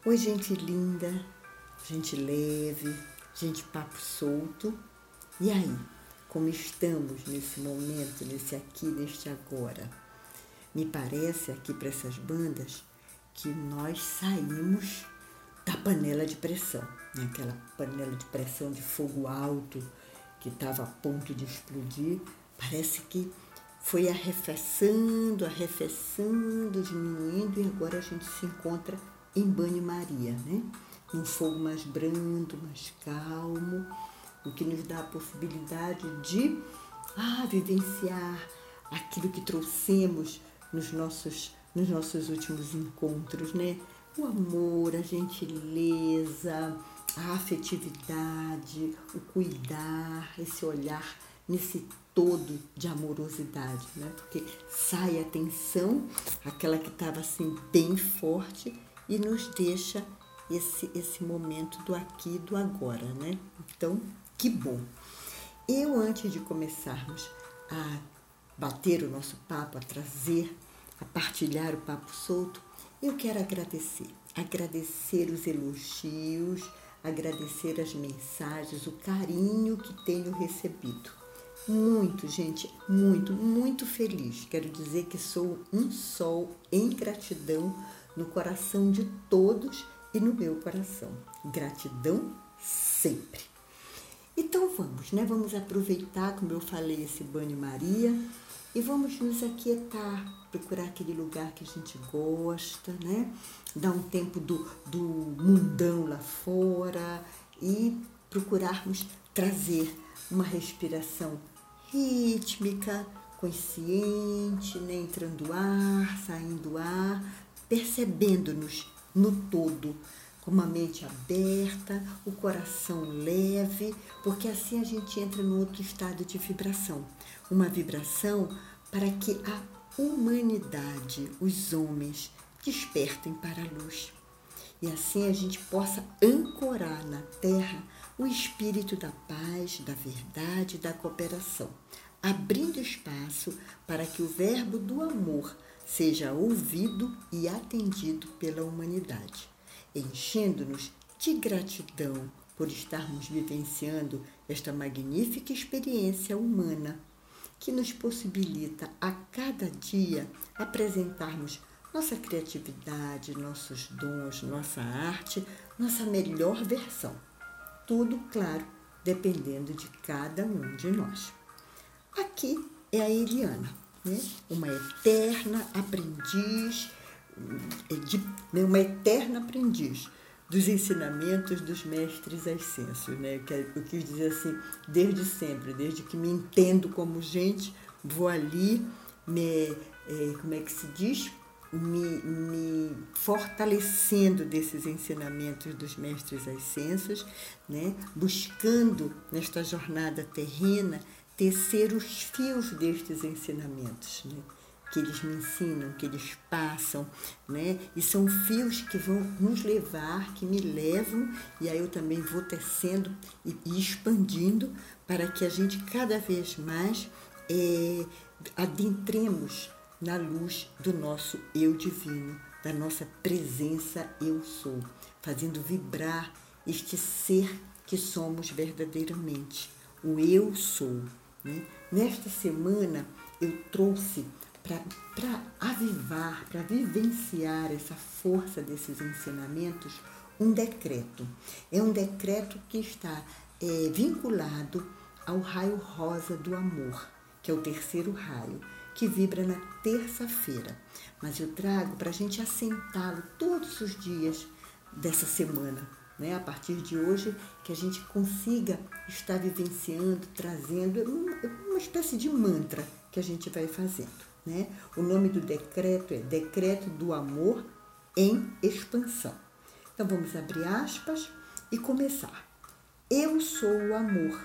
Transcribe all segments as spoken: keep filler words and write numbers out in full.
Oi, gente linda, gente leve, gente papo solto. E aí, como estamos nesse momento, nesse aqui, neste agora? Me parece aqui para essas bandas que nós saímos da panela de pressão, né? Aquela panela de pressão de fogo alto que estava a ponto de explodir. Parece que foi arrefecendo, arrefecendo, diminuindo, e agora a gente se encontra em banho-maria, né? Um fogo mais brando, mais calmo, o que nos dá a possibilidade de ah, vivenciar aquilo que trouxemos nos nossos, nos nossos últimos encontros, né? O amor, a gentileza, a afetividade, o cuidar, esse olhar nesse todo de amorosidade, né? Porque sai a tensão, aquela que estava assim bem forte, e nos deixa esse, esse momento do aqui e do agora, né? Então, que bom! Eu, antes de começarmos a bater o nosso papo, a trazer, a partilhar o papo solto, eu quero agradecer, agradecer os elogios, agradecer as mensagens, o carinho que tenho recebido. Muito, gente, muito, muito feliz. Quero dizer que sou um sol em gratidão no coração de todos e no meu coração. Gratidão sempre. Então vamos, né? Vamos aproveitar, como eu falei, esse banho-maria e vamos nos aquietar, procurar aquele lugar que a gente gosta, né? Dar um tempo do, do mundão lá fora e procurarmos trazer uma respiração rítmica, consciente, né? Entrando ar, saindo ar, percebendo-nos no todo, com uma mente aberta, o coração leve, porque assim a gente entra num outro estado de vibração. Uma vibração para que a humanidade, os homens, despertem para a luz. E assim a gente possa ancorar na Terra o espírito da paz, da verdade, da cooperação, abrindo espaço para que o verbo do amor seja ouvido e atendido pela humanidade, enchendo-nos de gratidão por estarmos vivenciando esta magnífica experiência humana que nos possibilita a cada dia apresentarmos nossa criatividade, nossos dons, nossa arte, nossa melhor versão. Tudo, claro, dependendo de cada um de nós. Aqui é a Eliana, né? Uma eterna aprendiz, de, uma eterna aprendiz dos ensinamentos dos mestres ascensos, né? Eu quis dizer assim, desde sempre, desde que me entendo como gente, vou ali, me, é, como é que se diz? Me, me fortalecendo desses ensinamentos dos mestres ascensos, né? Buscando nesta jornada terrena tecer os fios destes ensinamentos, né? Que eles me ensinam, que eles passam, né? E são fios que vão nos levar, que me levam, e aí eu também vou tecendo e, e expandindo para que a gente cada vez mais é, adentremos na luz do nosso eu divino, da nossa presença eu sou, fazendo vibrar este ser que somos verdadeiramente, o eu sou, né? Nesta semana eu trouxe para avivar, para vivenciar essa força desses ensinamentos, um decreto. É um decreto que está é, vinculado ao raio rosa do amor, que é o terceiro raio, que vibra na terça-feira. Mas eu trago para a gente assentá-lo todos os dias dessa semana, né? A partir de hoje, que a gente consiga estar vivenciando, trazendo uma, uma espécie de mantra que a gente vai fazendo, né? O nome do decreto é Decreto do Amor em Expansão. Então vamos abrir aspas e começar. Eu sou o amor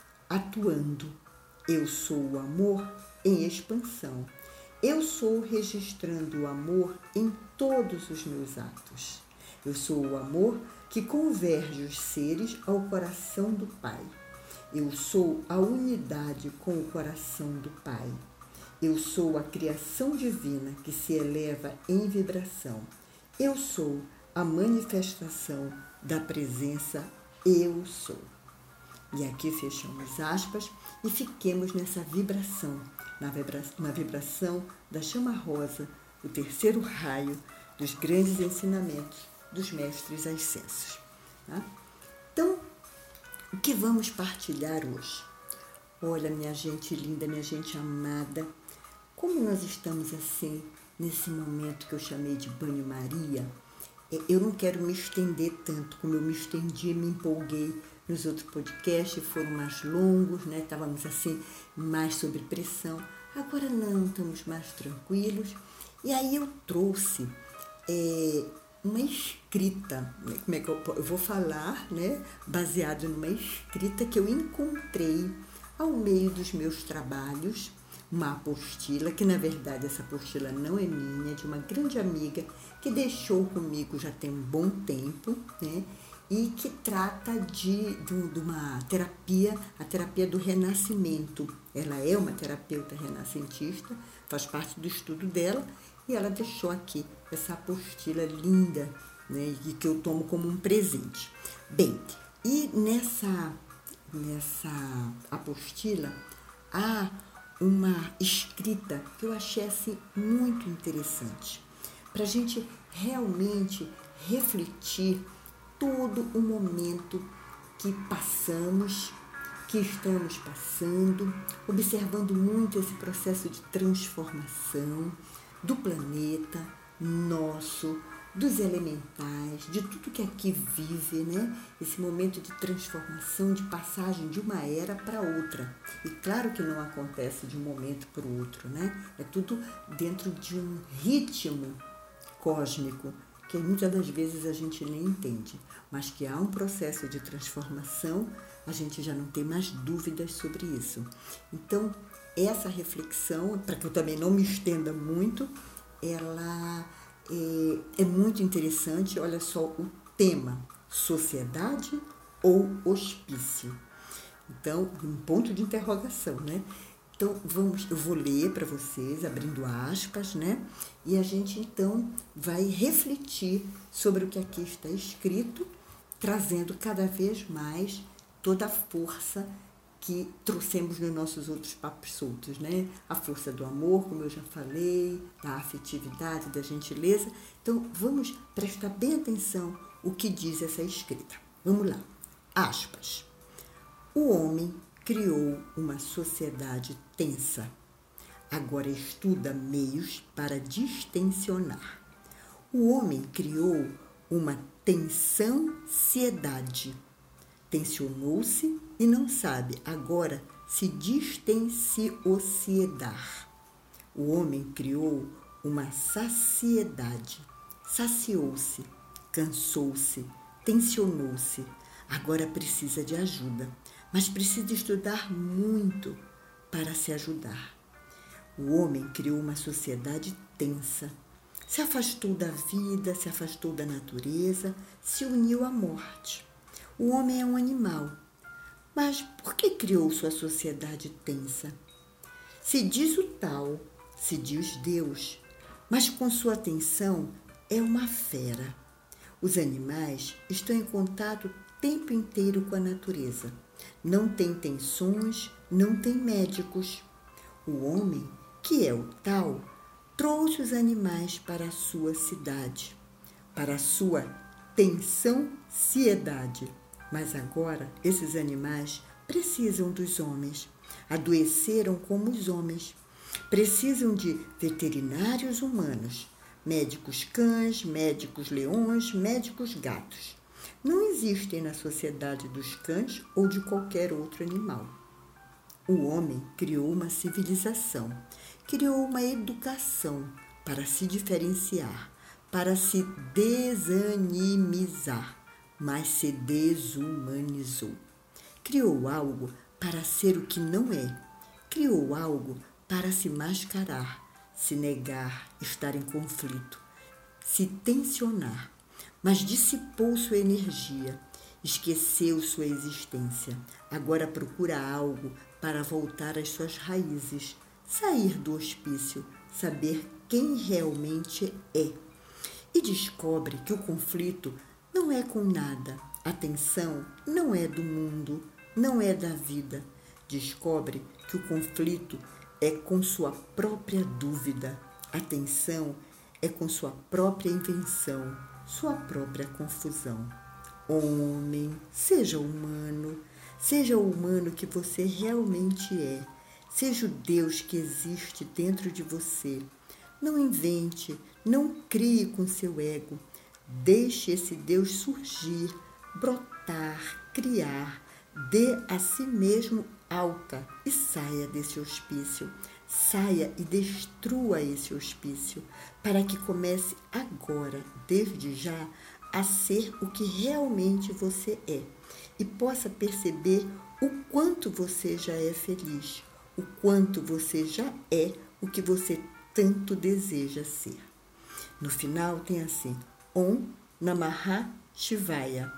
atuando. Eu sou o amor em expansão. Eu sou registrando o amor em todos os meus atos. Eu sou o amor que converge os seres ao coração do Pai. Eu sou a unidade com o coração do Pai. Eu sou a criação divina que se eleva em vibração. Eu sou a manifestação da presença eu sou. E aqui fechamos aspas e fiquemos nessa vibração, na, vibra, na vibração da chama rosa, o terceiro raio dos grandes ensinamentos dos mestres ascensos. Tá? Então, o que vamos partilhar hoje? Olha, minha gente linda, minha gente amada, como nós estamos assim, nesse momento que eu chamei de banho-maria, eu não quero me estender tanto como eu me estendi, me empolguei nos outros podcasts, foram mais longos, né? Estávamos assim, mais sob pressão. Agora não, estamos mais tranquilos. E aí eu trouxe é, uma escrita, como é que eu, eu vou falar, né? Baseado numa escrita que eu encontrei ao meio dos meus trabalhos, uma apostila, que na verdade essa apostila não é minha, é de uma grande amiga que deixou comigo já tem um bom tempo, né? E que trata de, de, de uma terapia, a terapia do renascimento. Ela é uma terapeuta renascentista, faz parte do estudo dela, e ela deixou aqui essa apostila linda, né? E que eu tomo como um presente. Bem, e nessa, nessa apostila há uma escrita que eu achei assim muito interessante, para a gente realmente refletir todo o momento que passamos, que estamos passando, observando muito esse processo de transformação do planeta nosso, dos elementais, de tudo que aqui vive, né? Esse momento de transformação, de passagem de uma era para outra. E claro que não acontece de um momento para o outro, né? É tudo dentro de um ritmo cósmico, que muitas das vezes a gente nem entende, mas que há um processo de transformação, a gente já não tem mais dúvidas sobre isso. Então, essa reflexão, para que eu também não me estenda muito, ela é, é muito interessante. Olha só o tema, sociedade ou hospício. Então, um ponto de interrogação, né? Então, vamos, eu vou ler para vocês, abrindo aspas, né? E a gente, então, vai refletir sobre o que aqui está escrito, trazendo cada vez mais toda a força que trouxemos nos nossos outros papos soltos, né? A força do amor, como eu já falei, da afetividade, da gentileza. Então, vamos prestar bem atenção o que diz essa escrita. Vamos lá. Aspas. O homem criou uma sociedade tensa. Agora estuda meios para distensionar. O homem criou uma tensão-ciedade. Tensionou-se e não sabe agora se distensiociedar. O homem criou uma saciedade. Saciou-se, cansou-se, tensionou-se. Agora precisa de ajuda, mas precisa estudar muito para se ajudar. O homem criou uma sociedade tensa. Se afastou da vida, se afastou da natureza, se uniu à morte. O homem é um animal. Mas por que criou sua sociedade tensa? Se diz o tal, se diz Deus, mas com sua atenção é uma fera. Os animais estão em contato o tempo inteiro com a natureza. Não tem tensões, não tem médicos. O homem, que é o tal, trouxe os animais para a sua cidade, para a sua tensão-ciedade. Mas agora esses animais precisam dos homens, adoeceram como os homens. Precisam de veterinários humanos, médicos cães, médicos leões, médicos gatos. Não existem na sociedade dos cães ou de qualquer outro animal. O homem criou uma civilização, criou uma educação para se diferenciar, para se desanimizar, mas se desumanizou. Criou algo para ser o que não é. Criou algo para se mascarar, se negar, estar em conflito, se tensionar, mas dissipou sua energia, esqueceu sua existência. Agora procura algo para voltar às suas raízes, sair do hospício, saber quem realmente é. e descobre que o conflito não é com nada. A tensão não é do mundo, não é da vida. Descobre que o conflito é com sua própria dúvida. A tensão é com sua própria invenção, sua própria confusão. Homem, seja humano, seja o humano que você realmente é. Seja o Deus que existe dentro de você. Não invente, não crie com seu ego. Deixe esse Deus surgir, brotar, criar. Dê a si mesmo alta e saia desse hospício. Saia e destrua esse hospício, para que comece agora, desde já, a ser o que realmente você é e possa perceber o quanto você já é feliz, o quanto você já é o que você tanto deseja ser. No final tem assim, Om Namah Shivaya,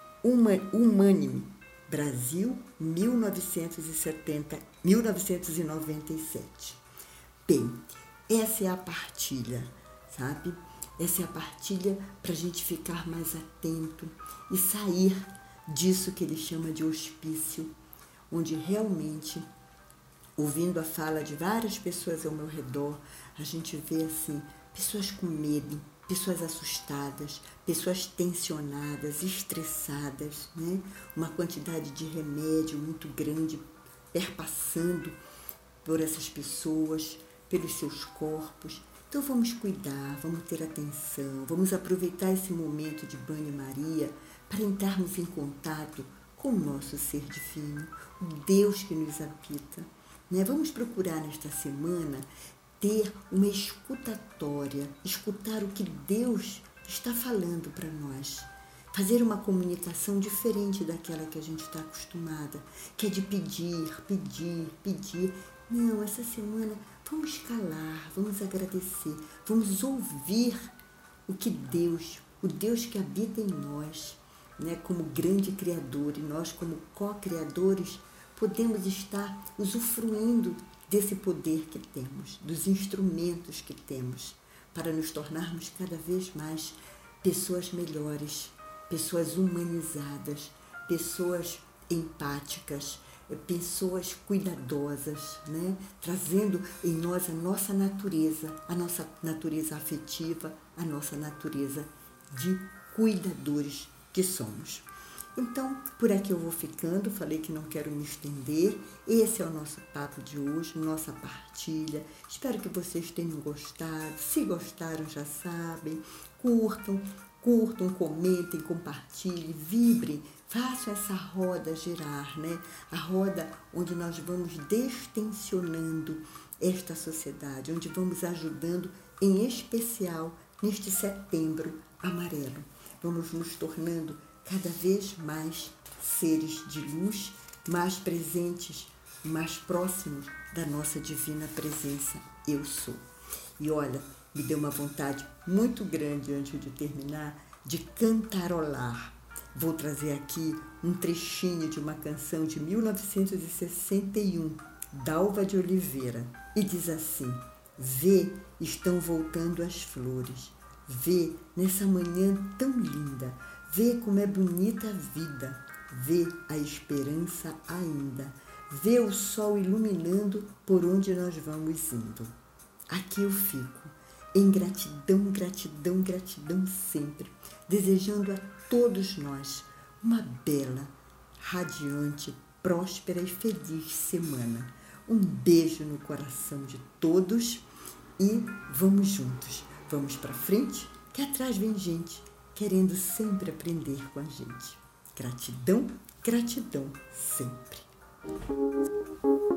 Unânime, Brasil, mil novecentos e setenta, mil novecentos e noventa e sete. Bem, essa é a partilha, sabe? Essa é a partilha para a gente ficar mais atento e sair disso que ele chama de hospício, onde realmente, ouvindo a fala de várias pessoas ao meu redor, a gente vê assim, pessoas com medo, pessoas assustadas, pessoas tensionadas, estressadas, né? Uma quantidade de remédio muito grande perpassando por essas pessoas, pelos seus corpos. Então vamos cuidar, vamos ter atenção, vamos aproveitar esse momento de banho-maria para entrarmos em contato com o nosso ser divino, o Deus que nos habita. Né? Vamos procurar nesta semana ter uma escutatória, escutar o que Deus está falando para nós, fazer uma comunicação diferente daquela que a gente está acostumada, que é de pedir, pedir, pedir. Não, essa semana vamos calar, vamos agradecer, vamos ouvir o que Deus, o Deus que habita em nós, né, como grande Criador, e nós como co-criadores podemos estar usufruindo desse poder que temos, dos instrumentos que temos, para nos tornarmos cada vez mais pessoas melhores, pessoas humanizadas, pessoas empáticas, pessoas cuidadosas, né? Trazendo em nós a nossa natureza, a nossa natureza afetiva, a nossa natureza de cuidadores que somos. Então, por aqui eu vou ficando, falei que não quero me estender. Esse é o nosso papo de hoje, nossa partilha. Espero que vocês tenham gostado. Se gostaram, já sabem, curtam, curtam, comentem, compartilhem, vibrem, façam essa roda girar, né? A roda onde nós vamos destensionando esta sociedade, onde vamos ajudando, em especial, neste setembro amarelo. Vamos nos tornando cada vez mais seres de luz, mais presentes, mais próximos da nossa divina presença, eu sou. E olha, me deu uma vontade muito grande, antes de terminar, de cantarolar. Vou trazer aqui um trechinho de uma canção de mil novecentos e sessenta e um, Dalva de Oliveira, e diz assim: vê, estão voltando as flores, vê, nessa manhã tão linda, vê como é bonita a vida, vê a esperança ainda, vê o sol iluminando por onde nós vamos indo. Aqui eu fico, em gratidão, gratidão, gratidão sempre, desejando a todos nós uma bela, radiante, próspera e feliz semana. Um beijo no coração de todos e vamos juntos, vamos para frente, que atrás vem gente querendo sempre aprender com a gente. Gratidão, gratidão sempre.